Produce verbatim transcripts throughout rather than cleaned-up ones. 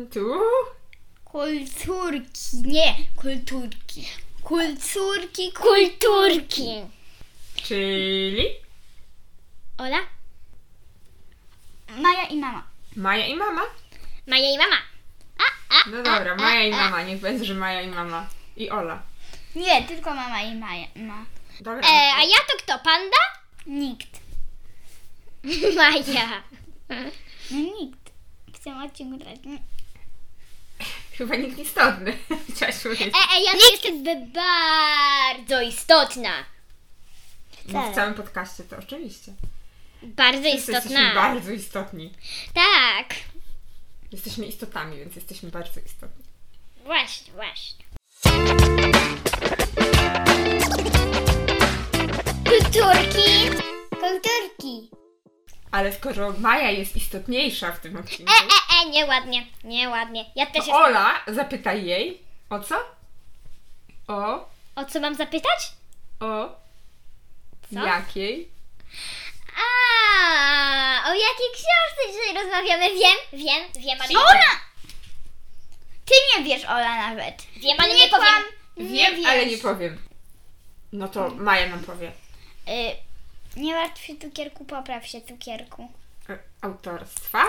kultur... Kulturki, nie, kulturki. Kulturki, Kulturki. Czyli Ola? Maja i mama. Maja i mama. Maja i mama. No dobra, Maja i mama. Niech będzie, że Maja i mama. I Ola. Nie, tylko mama i Maja. Ma. Dobra. E, a ja to kto? Panda? Nikt. Maja. No nikt. Chcę odcinek grać. Chyba nikt istotny. Chciałaś powiedzieć. E, e, ja to jestem bardzo istotna. No w całym podcaście to oczywiście. Bardzo Wszyscy jesteśmy istotna. bardzo istotni. Tak. Jesteśmy istotami, więc jesteśmy bardzo istotni. Właśnie, właśnie. Kulturki. Kulturki. Ale skoro Maja jest istotniejsza w tym odcinku, E, e, e, nieładnie, nieładnie. Ja też to jestem... Ola zapytaj jej o co? O, O co mam zapytać? o Co? jakiej? A, o jakiej książce dzisiaj rozmawiamy? Wiem, wiem, wiem, ale nie Ola! powiem. Ty nie wiesz, Ola, nawet. Wiem, ale nie powiem. kłam, Wiem, wiesz. ale nie powiem. No to Maja nam powie. Y, nie martw się, cukierku, popraw się, cukierku. E, Autorstwa?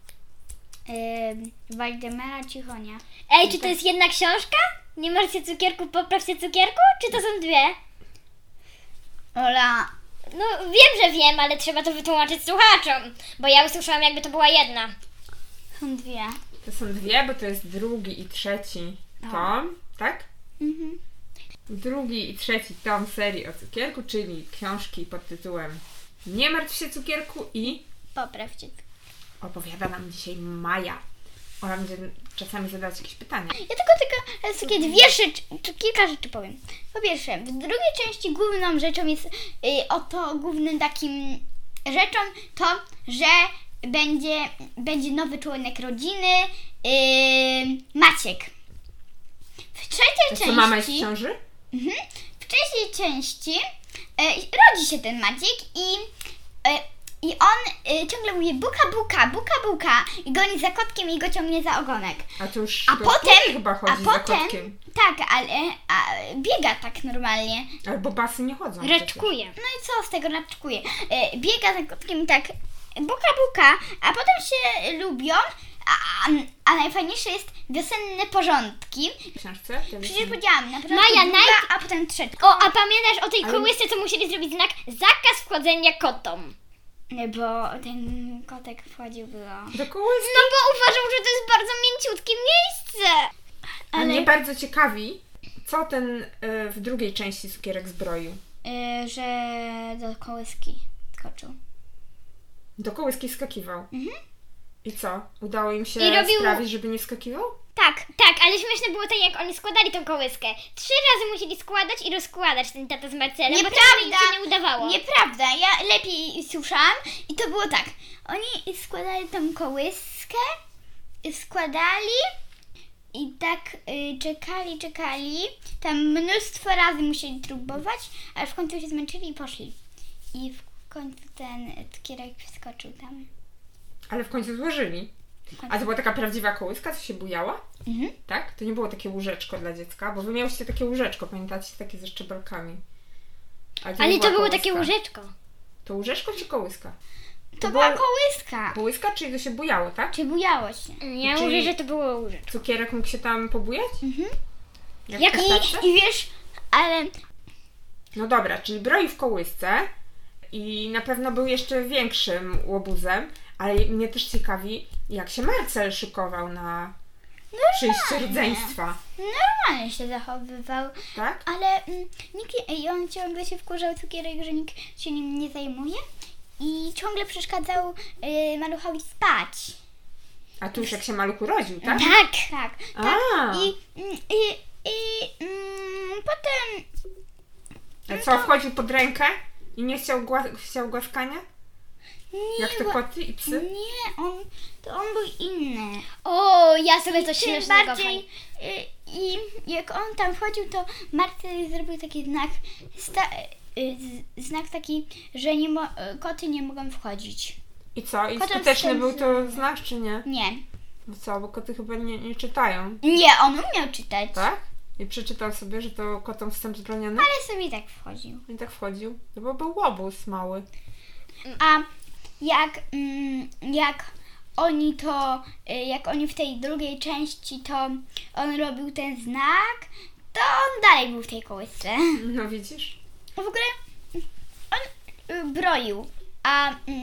Y, Waldemara Cichonia. Ej, czy to jest jedna książka? Nie martw się cukierku, popraw się cukierku? Czy to są dwie? Ola, No wiem, że wiem, ale trzeba to wytłumaczyć słuchaczom, bo ja usłyszałam, jakby to była jedna. są dwie. To są dwie, bo to jest drugi i trzeci tom, tak? Mhm. Drugi i trzeci tom serii o cukierku, czyli książki pod tytułem Nie martw się cukierku i Popraw się. opowiada nam dzisiaj Maja. Ona będzie czasami zadawać jakieś pytania. Ja tylko, tylko e, takie dwie rzeczy, czy kilka rzeczy powiem. Po pierwsze, w drugiej części główną rzeczą jest, y, oto głównym takim rzeczą to, że będzie, będzie nowy członek rodziny, y, Maciek. W trzeciej To części... co, mama jest w ciąży? Mhm. W trzeciej części e, rodzi się ten Maciek i, e, i on e, ciągle mówi buka, buka, buka, buka i goni za kotkiem i go ciągnie za ogonek. A to już A to potem, później chyba chodzi a za potem, kotkiem. tak, ale a, biega tak normalnie. Albo basy nie chodzą. przecież. Raczkuję. No i co z tego raczkuje? E, biega za kotkiem i tak buka, buka, a potem się lubią, a, a najfajniejsze jest wiosenne porządki. W książce? To Przecież jest- powiedziałam, na początku Maja, druga, naj- a potem trzecia. O, a pamiętasz o tej Ale- kołysce, co musieli zrobić znak zakaz wchodzenia kotom? Bo ten kotek wchodził było. Do kołyski. No bo uważał, że to jest bardzo mięciutkie miejsce. A ale- mnie bardzo ciekawi, co ten y, w drugiej części cukierek zbroił. Yy, że do kołyski skoczył. Do kołyski skakiwał. Mhm. I co? Udało im się I robił- sprawić, żeby nie skakiwał? Tak, tak, ale śmieszne było to, jak oni składali tą kołyskę. Trzy razy musieli składać i rozkładać ten tata z Marcelem, bo czasem im się nie udawało. Nieprawda, ja lepiej słyszałam i to było tak. Oni składali tą kołyskę, składali i tak y, czekali, czekali. Tam mnóstwo razy musieli próbować, aż w końcu się zmęczyli i poszli. I w końcu ten cukierek wskoczył tam. Ale w końcu złożyli. A to była taka prawdziwa kołyska, co się bujała? Mhm. Tak? To nie było takie łóżeczko dla dziecka, bo wy miałyście takie łóżeczko, pamiętacie? Takie ze szczebelkami. Ale to, nie Ale była to było kołyska. takie łóżeczko. To łóżeczko czy kołyska? To było- była kołyska. Kołyska, czyli to się bujało, tak? Czy bujało się? Ja Czyli- mówię, że to było łóżeczko. Cukierek mógł się tam pobujać? Mhm. Jak Jak- w kasztance? I, I wiesz, ale No dobra, czyli broi w kołysce i na pewno był jeszcze większym łobuzem, ale mnie też ciekawi, jak się Marcel szykował na przyjście rodzeństwa, normalnie się zachowywał. tak? Ale mm, nikt, i on ciągle się wkurzał, cukierek, że nikt się nim nie zajmuje i ciągle przeszkadzał y, maluchowi spać. A tu już jak się maluch urodził, tak? Tak, tak, A. tak. I, mm, i, i mm, potem A co, wchodził pod rękę i nie chciał, gła- chciał głaskania? nie, Jak te bo- koty i psy? nie, on, to on był inny. O, ja sobie coś Tym śmiesznego. bardziej y, i jak on tam wchodził, to Marcel zrobił taki znak, sta, y, z, znak taki, że nie mo, y, koty nie mogą wchodzić. I co? I Potem skuteczny był wstępny. to znak, czy nie? Nie. Bo co, bo koty chyba nie, nie czytają. Nie, on umiał czytać. Tak? I przeczytał sobie, że to kotom wstęp zbroniony? Ale sobie tak wchodził. I tak wchodził. To bo był łobuz mały. A jak, mm, jak oni to, y, jak oni w tej drugiej części, to on robił ten znak, to on dalej był w tej kołysce. No widzisz? W ogóle on y, broił, a mm,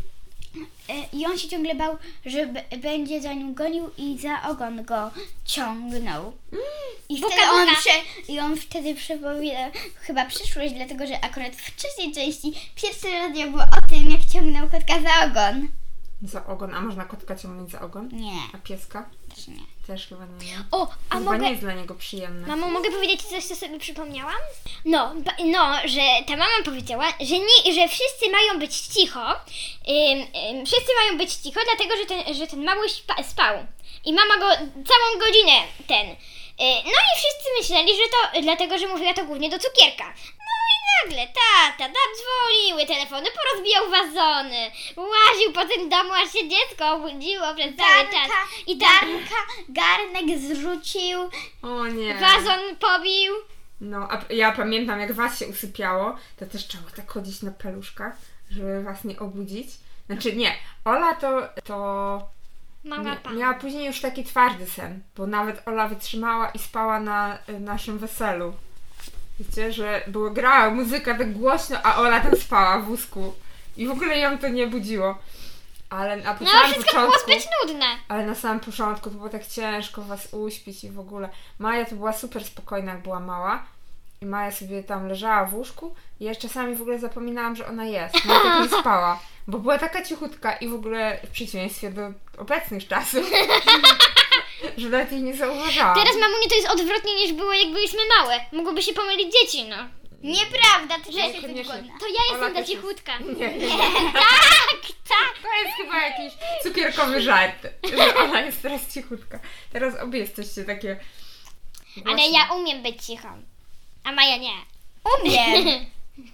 y, i on się ciągle bał, że b- będzie za nim gonił i za ogon go ciągnął. I Buka, wtedy on, buka. prze, i on wtedy przypomina chyba przyszłość, dlatego że akurat w wcześniej części pierwszy raz nie było o tym, jak ciągnął kotka za ogon. Za ogon. A można kotka ciągnąć za ogon? Nie, A pieska? też nie. Też chyba nie. nie. O, a Chyba mogę... nie jest dla niego przyjemne. Mamo, mogę powiedzieć coś, co sobie przypomniałam? No, ba- no, że ta mama powiedziała, że nie, że wszyscy mają być cicho. Ym, ym, wszyscy mają być cicho, dlatego że ten, że ten mały śpa- spał. I mama go całą godzinę ten. Yy, no i wszyscy myśleli, że to dlatego, że mówiła to głównie do cukierka. No i nagle tata, dzwoniły telefony, porozbijał wazony, łaził po tym domu, aż się dziecko obudziło przez cały czas. Garnka, I tak garnka, garnek zrzucił. O nie. wazon pobił. No, a ja pamiętam, jak was się usypiało, to też trzeba tak chodzić na paluszkach, żeby was nie obudzić. Znaczy nie, Ola to, to Mała mia- pan. miała później już taki twardy sen, bo nawet Ola wytrzymała i spała na y, naszym weselu. Wiecie, że było, grała muzyka tak głośno, a Ola tam spała w wózku. I w ogóle ją to nie budziło. Ale na No, samym wszystko było początku... zbyt nudne. Ale na samym początku to było tak ciężko was uśpić i w ogóle. Maja to była super spokojna, jak była mała. I Maja sobie tam leżała w łóżku i ja czasami w ogóle zapominałam, że ona jest. No i tak nie spała. Bo była taka cichutka i w ogóle w przeciwieństwie do obecnych czasów, że nawet jej nie zauważałam. Teraz, mamuniu, to jest odwrotnie niż było, jak byliśmy małe. Mogłoby się pomylić dzieci, no. Nieprawda, to Nie, jest koniecznie. zgodna. To ja Ola jestem ta też jest. cichutka. Nie, nie, nie. Tak, tak. To jest chyba jakiś cukierkowy żart, że ona jest teraz cichutka. Teraz obie jesteście takie Ale głośne. ja umiem być cichą. A Maja nie. Umiem.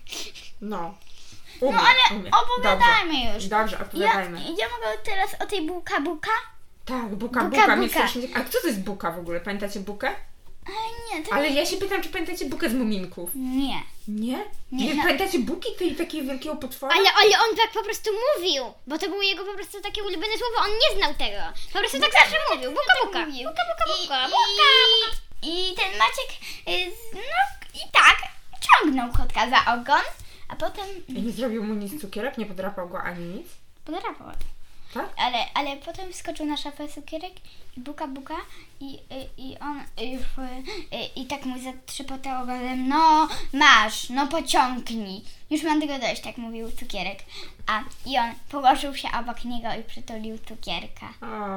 No. Umie, No ale umie. opowiadajmy już. Dobrze, Ja, opowiadajmy. ja mogę teraz o tej buka buka? Tak, buka, Buka, buka, mi buka. strasznie... A kto to jest buka w ogóle? Pamiętacie bukę? Ale nie, to Ale nie. ja się pytam, czy pamiętacie bukę z Muminków? Nie. Nie? Nie, Nie, no. pamiętacie buki tej takiego wielkiego potwora? Ale, ale on tak po prostu mówił, bo to było jego po prostu takie ulubione słowo, on nie znał tego. Po prostu tak zawsze mówił. Buka, buka. Mówił. Buka, buka, I, buka. i, Buka, I ten Maciek, y, z- no i tak, ciągnął kotka za ogon, a potem I nie zrobił mu nic cukierek? Nie podrapał go ani nic? podrapał. Tak? Ale, ale potem wskoczył na szafę cukierek i buka buka i, i, i on y, w, y, i tak mu zatrzepotał ogonem, no masz, no pociągnij. Już mam tego dość, tak mówił cukierek. A i on położył się obok niego i przytulił cukierka.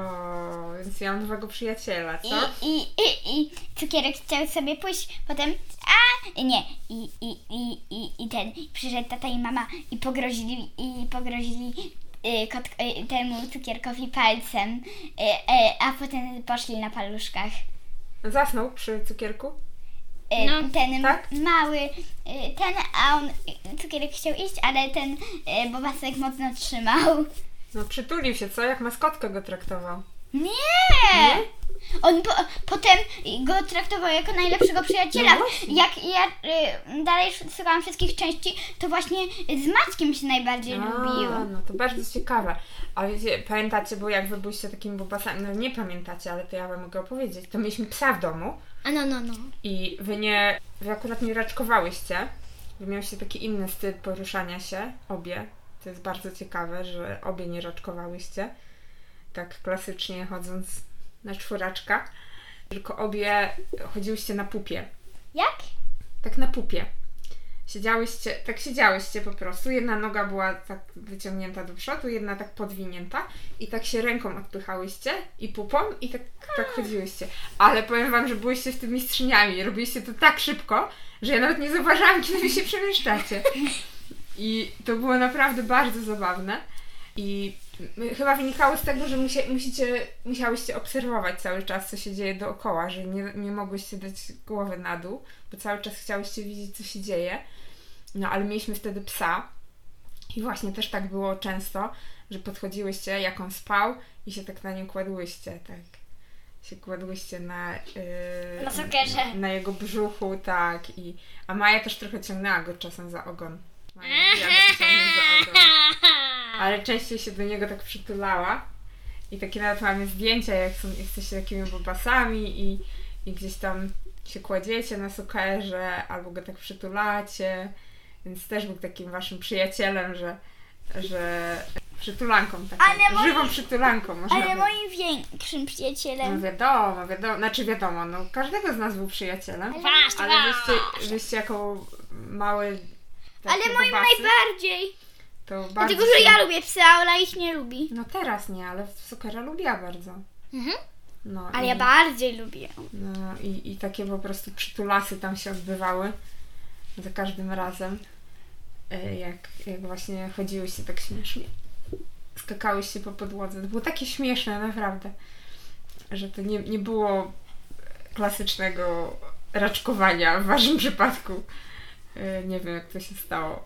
O, więc ja mam nowego przyjaciela, I, co? i, i, i cukierek chciał sobie pójść, potem a nie, i, i, i, i, i ten, przyszedł tata i mama i pogrozili, i pogrozili y, kot, y, temu cukierkowi palcem, y, y, a potem poszli na paluszkach. Zasnął przy cukierku? Y, No, ten tak? mały, y, ten, a on, y, cukierek chciał iść, ale ten y, bobasek mocno trzymał. No przytulił się, co? Jak maskotkę go traktował. Nie! Nie? On po, potem go traktował jako najlepszego przyjaciela. No właśnie. Jak ja y, dalej słuchałam wszystkich części, to właśnie z Maćkiem się najbardziej lubił. A, no to bardzo ciekawe. A wiecie, pamiętacie, bo jak wy byliście takimi bobasami, no nie pamiętacie, ale to ja wam mogę opowiedzieć, to mieliśmy psa w domu A no, no, no. i wy nie, wy akurat nie raczkowałyście, wy miałyście taki inny styl poruszania się, obie. To jest bardzo ciekawe, że obie nie raczkowałyście, tak klasycznie chodząc na czworaczkach, tylko obie chodziłyście na pupie. Jak? Tak na pupie. Siedziałyście, tak siedziałyście po prostu. Jedna noga była tak wyciągnięta do przodu, jedna tak podwinięta i tak się ręką odpychałyście i pupą i tak, tak chodziłyście. Ale powiem wam, że byłyście w tym mistrzyniami. Robiliście to tak szybko, że ja nawet nie zauważyłam, kiedy wy się przemieszczacie. I to było naprawdę bardzo zabawne. I chyba wynikało z tego, że musie, musicie, musiałyście obserwować cały czas, co się dzieje dookoła, że nie, nie mogłyście dać głowy na dół, bo cały czas chciałyście widzieć, co się dzieje. No ale mieliśmy wtedy psa I właśnie też tak było często, że podchodziłyście, jak on spał i się tak na nim kładłyście, tak. Się kładłyście na, yy, Na cukierze. na, na jego brzuchu, tak. I, a Maja też trochę ciągnęła go czasem za ogon. Maja lubiła go ciągnąć za ogon. Ale częściej się do niego tak przytulała. I takie nawet mamy zdjęcia, jak są, jesteście takimi bobasami i, i gdzieś tam się kładziecie na sukerze, albo go tak przytulacie. Więc też był takim waszym przyjacielem, że, że przytulanką taką, Ale moi- żywą przytulanką można Ale by- moim większym No przyjacielem. wiadomo, wiadomo, znaczy wiadomo, no każdego z nas był przyjacielem, Wasz, ale wasz. wyście, wyście jako mały takie Ale moim bobasy, najbardziej. to bardzo Dlatego, że się- ja lubię psy, a Ola ich nie lubi. No teraz nie, ale Sukera lubiła bardzo. Mhm. No, Ale i, ja bardziej lubię. no i, i takie po prostu przytulasy tam się odbywały za każdym razem, e, jak, jak właśnie chodziłyście tak śmiesznie. Skakałyście po podłodze. To było takie śmieszne, naprawdę, że to nie, nie było klasycznego raczkowania w waszym przypadku. E, Nie wiem, jak to się stało.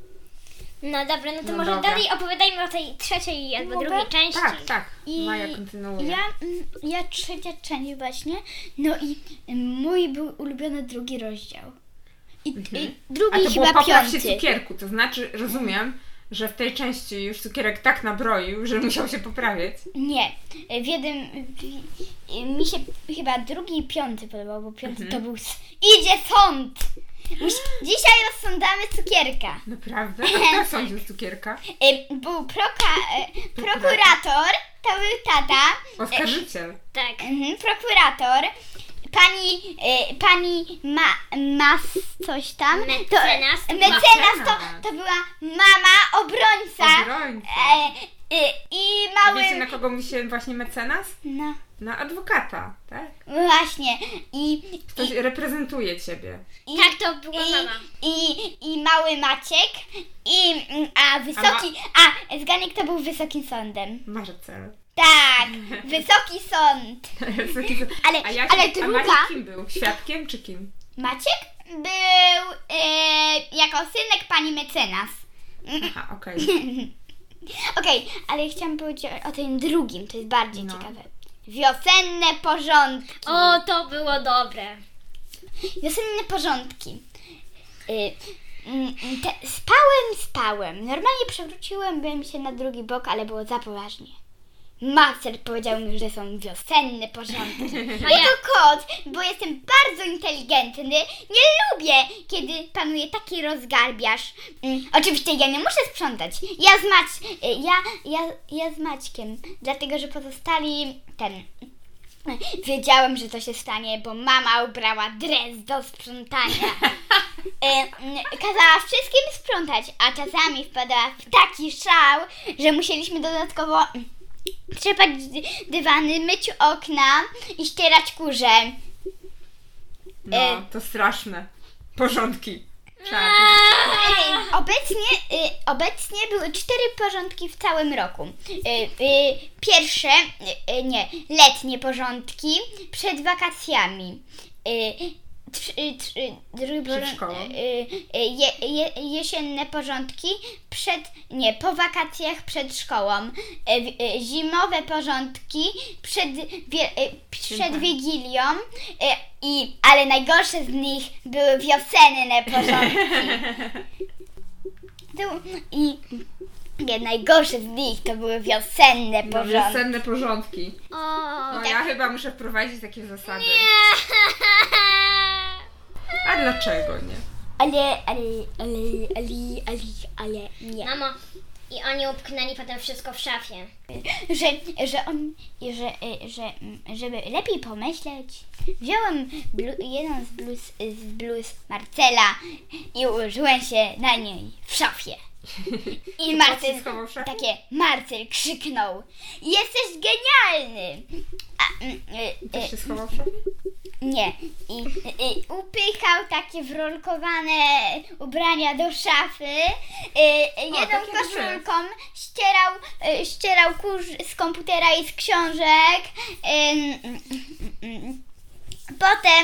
No dobra, no to No może dobra. dalej opowiadajmy o tej trzeciej albo Mogę? drugiej części. Tak, tak. I Maja kontynuuje. Ja, mm, ja trzecia część właśnie. No i mm, mój był ulubiony drugi rozdział. I, Mhm. i drugi A to było chyba popraw się piąty. cukierku, to znaczy rozumiem, że w tej części już cukierek tak nabroił, że musiał się poprawiać. Nie, w jednym, w- mi się chyba drugi i piąty podobał, bo piąty Mhm. to był s- idzie sąd! Mus- Dzisiaj rozsądzamy cukierka. Naprawdę? A kto sądził z cukierka? Y, Był proka, y, prokurator, to był tata, Oskarżyciel. Tak. mhm, prokurator, pani, y, pani ma, mas coś tam. Mecenas. To, mecenas to, Mecenas. to była mama obrońca. Obrońca. E, y, I A mały... wiecie, na kogo myśli właśnie mecenas? No, Na adwokata, tak? właśnie. I, Ktoś reprezentuje ciebie. i, Tak, to była i, mama. I, I mały Maciek, i, mm, a wysoki, a zgadnij kto był wysokim sądem. Marcel. Tak, wysoki sąd. Ale, A, jak, ale a druga, Maciek kim był? Świadkiem czy kim? Maciek był e, jako synek pani mecenas. Aha, okej. Okej, ale chciałam powiedzieć o, o tym drugim, to jest bardziej No. ciekawe. Wiosenne porządki. O, to było dobre. Wiosenne porządki. Y, mm, te, spałem, spałem. Normalnie przewróciłem bym się na drugi bok, ale było za poważnie. Marcel powiedział mi, że są wiosenne porządki. A Ja ja- to kot, bo jestem bardzo inteligentny. Nie lubię, kiedy panuje taki rozgarbiasz. Mm, oczywiście ja nie muszę sprzątać. Ja z, Mac, y, ja, ja, ja z Maćkiem, dlatego że pozostali ten... Wiedziałem, że to się stanie, bo mama ubrała dres do sprzątania. E, m, kazała wszystkim sprzątać, a czasami wpadała w taki szał, że musieliśmy dodatkowo trzepać dy- dywany, myć okna i ścierać kurze. No, E. to straszne. Porządki. Trzeba E, Obecnie, e, obecnie były cztery porządki w całym roku. E, e, Pierwsze, e, nie, letnie porządki przed wakacjami. E, tr- e, tr- e, drugi Przed porząd- szkołą. e, e, je, je, jesienne porządki przed, nie, po wakacjach przed szkołą. E, w- e, Zimowe porządki przed, wie, e, przed Świętami. Wigilią. E, I, ale najgorsze z nich były wiosenne porządki. To- I nie, najgorsze z nich to były wiosenne No, porządki. wiosenne porządki. O, No ja chyba muszę wprowadzić takie zasady. Nie. A dlaczego nie? Ale, ale, ale, ale, ale, ale nie. Mamo, i oni upchnęli potem wszystko w szafie. Że, że on, że, że, żeby lepiej pomyśleć, wziąłem blu, jeden z bluz, z bluz Marcela i ułożyłem się na niej w szafie. I Marcel Marcel, schował w szafie? takie, Marcel krzyknął, jesteś genialny! A, mm, y, y, Też się schował w szafie? Nie. I, i upychał takie wrolkowane ubrania do szafy. Y, jedną takie koszulką ścierał, y, ścierał kurz z komputera i z książek. Ym, ym, ym. Potem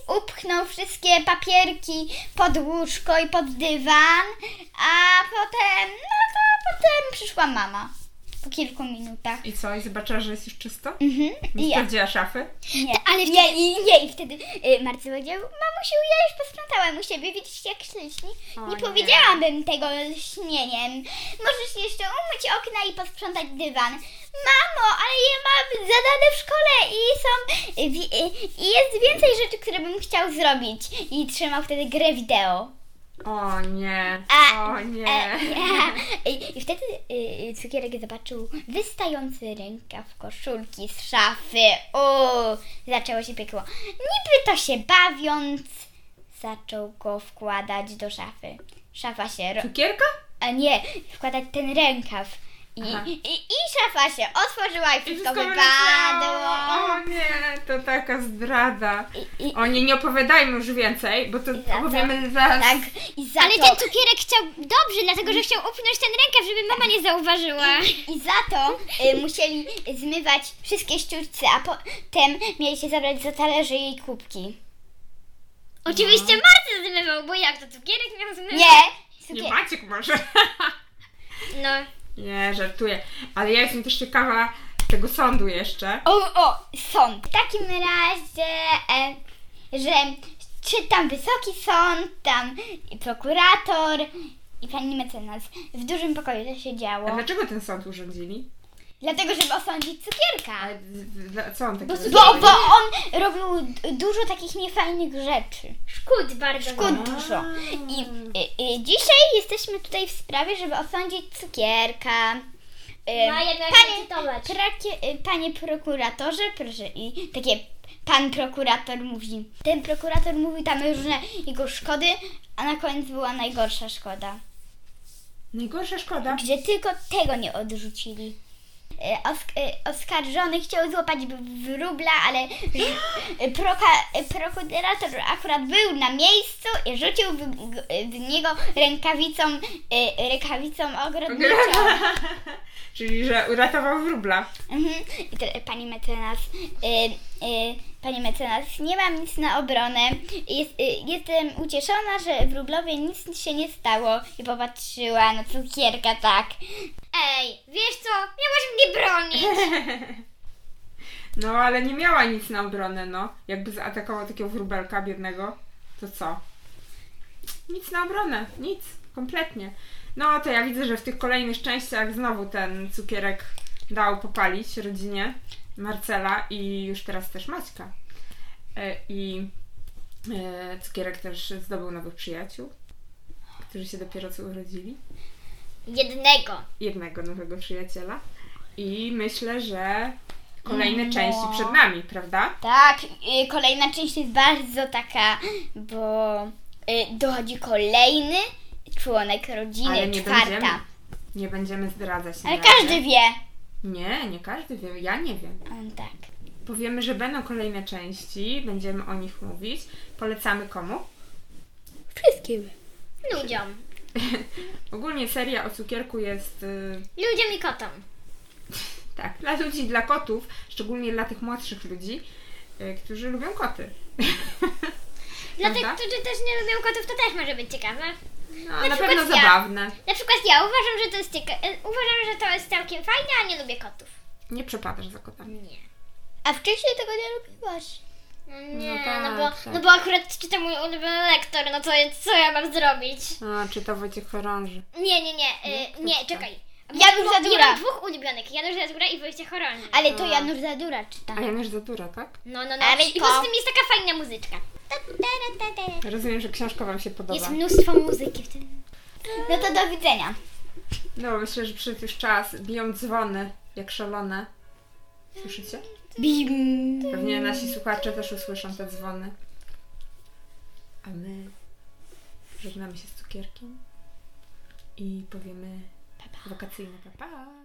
upchnął wszystkie papierki pod łóżko i pod dywan, a potem, no to potem przyszła mama. Po kilku minutach. I co? I zobaczyła, że jest już czysto? Mhm. Nie I ja. sprawdziła szafy? Nie, Ale nie, wtedy- i, nie, i wtedy y, Marcel powiedział, mamusiu, ja już posprzątałam u siebie, widzicie jak ślicznie? O Nie nie. powiedziałabym tego lśnieniem. Możesz jeszcze umyć okna i posprzątać dywan. Mamo, ale ja mam zadane w szkole i są, y, wi- y, i jest więcej rzeczy, które bym chciał zrobić. I trzymał wtedy grę wideo. O nie, A, o nie. E, I, I wtedy y, cukierek zobaczył wystający rękaw koszulki z szafy. O, zaczęło się piekło. Niby to się bawiąc, zaczął go wkładać do szafy. Szafa się... Ro- Cukierka? a nie, wkładać ten rękaw. I, Aha. i, i szafa się otworzyła i wszystko wszystko wypadło. O nie, to taka zdrada. I, i, O nie, nie opowiadajmy już więcej, bo to za to- opowiemy zaraz. tak, i za Ale to... ten cukierek chciał dobrze, dlatego że chciał upchnąć ten rękaw, żeby mama nie zauważyła. I za to y, musieli zmywać wszystkie sztućce, a potem mieli się zabrać za talerze i kubki. Oczywiście Marcel zmywał, bo jak to cukierek miał zmywać? Nie! Nie Cukier... Maciek może. No. Nie, żartuję. Ale ja jestem też ciekawa tego sądu jeszcze. O, o, sąd. W takim razie, e, że czy tam wysoki sąd, tam i prokurator i pani mecenas. W dużym pokoju to się A działo. dlaczego ten sąd urządzili? Dlatego, żeby osądzić cukierka. A d- d- co on takiego Bo, zrobił? bo on robił d- dużo takich niefajnych rzeczy. Szkód bardzo. Szkód dużo. I, i, I dzisiaj jesteśmy tutaj w sprawie, żeby osądzić cukierka. Ym, Ma jednak panie, cytować. prakie, y, panie prokuratorze, proszę, i takie pan prokurator mówi. Ten prokurator mówi tam różne jego szkody, a na koniec była najgorsza szkoda. Najgorsza szkoda. Gdzie tylko tego nie odrzucili. Y, Osk- y, oskarżony chciał złapać w- wróbla, ale y, proka- y, prokurator akurat był na miejscu i rzucił w, w niego rękawicą, y, rękawicą ogrodniczą. Czyli, że uratował wróbla. Mhm. I te, pani mecenas, y, y, pani mecenas, nie mam nic na obronę. Jest, y, jestem ucieszona, że wróblowie nic się nie stało. I popatrzyła na cukierka tak. Ej, wiesz co? Miałaś mnie bronić. No, ale nie miała nic na obronę, no. Jakby zaatakował takiego wróbelka biednego, to co? Nic na obronę, nic, kompletnie. No, to ja widzę, że w tych kolejnych częściach znowu ten cukierek dał popalić rodzinie Marcela i już teraz też Maćka. E, I e, cukierek też zdobył nowych przyjaciół, którzy się dopiero co urodzili. Jednego. Jednego nowego przyjaciela. I myślę, że kolejne No. części przed nami, prawda? Tak, y, kolejna część jest bardzo taka, bo y, dochodzi kolejny członek rodziny, Ale nie czwarta. będziemy, nie będziemy zdradzać. na Ale razie. każdy wie. Nie, nie każdy wie. Ja nie wiem. On tak. Powiemy, że będą kolejne części, będziemy o nich mówić. Polecamy komu? Wszystkim. Ludziom. Ogólnie seria o cukierku jest y, Ludziom i kotom. tak, dla ludzi, dla kotów, szczególnie dla tych młodszych ludzi, y, którzy lubią koty. Dla tych, Prawda? którzy też nie lubią kotów, to też może być ciekawe. No, Na na, przykład pewno ja. zabawne. Na przykład ja uważam, że to jest cieka- e, uważam, że to jest całkiem fajne, a nie lubię kotów. Nie przepadasz za kotami. Nie. A wcześniej tego nie lubiłaś. No nie, No tak, no, bo, tak. no bo akurat czyta mój ulubiony lektor, no to co ja mam zrobić? A, czy to Wojciech Chorąży. Nie, nie, nie, Nie? e, nie, Kto czyta? czekaj. Janusz Bo- Zadura. Ja mam dwóch ulubionych, Janusz Zadura i Wojciech Chorąży. Ale to A. Janusz Zadura czyta. A Janusz Zadura, tak? No, no, no. Ale I to- poza tym jest taka fajna muzyczka. Rozumiem, że książka Wam się podoba. Jest mnóstwo muzyki w tym. No to do widzenia. No, myślę, że przyszedł już czas. Biją dzwony, jak szalone. Słyszycie? Bim. Pewnie nasi słuchacze też usłyszą te dzwony. A my żegnamy się z cukierkiem i powiemy wakacyjne pa pa.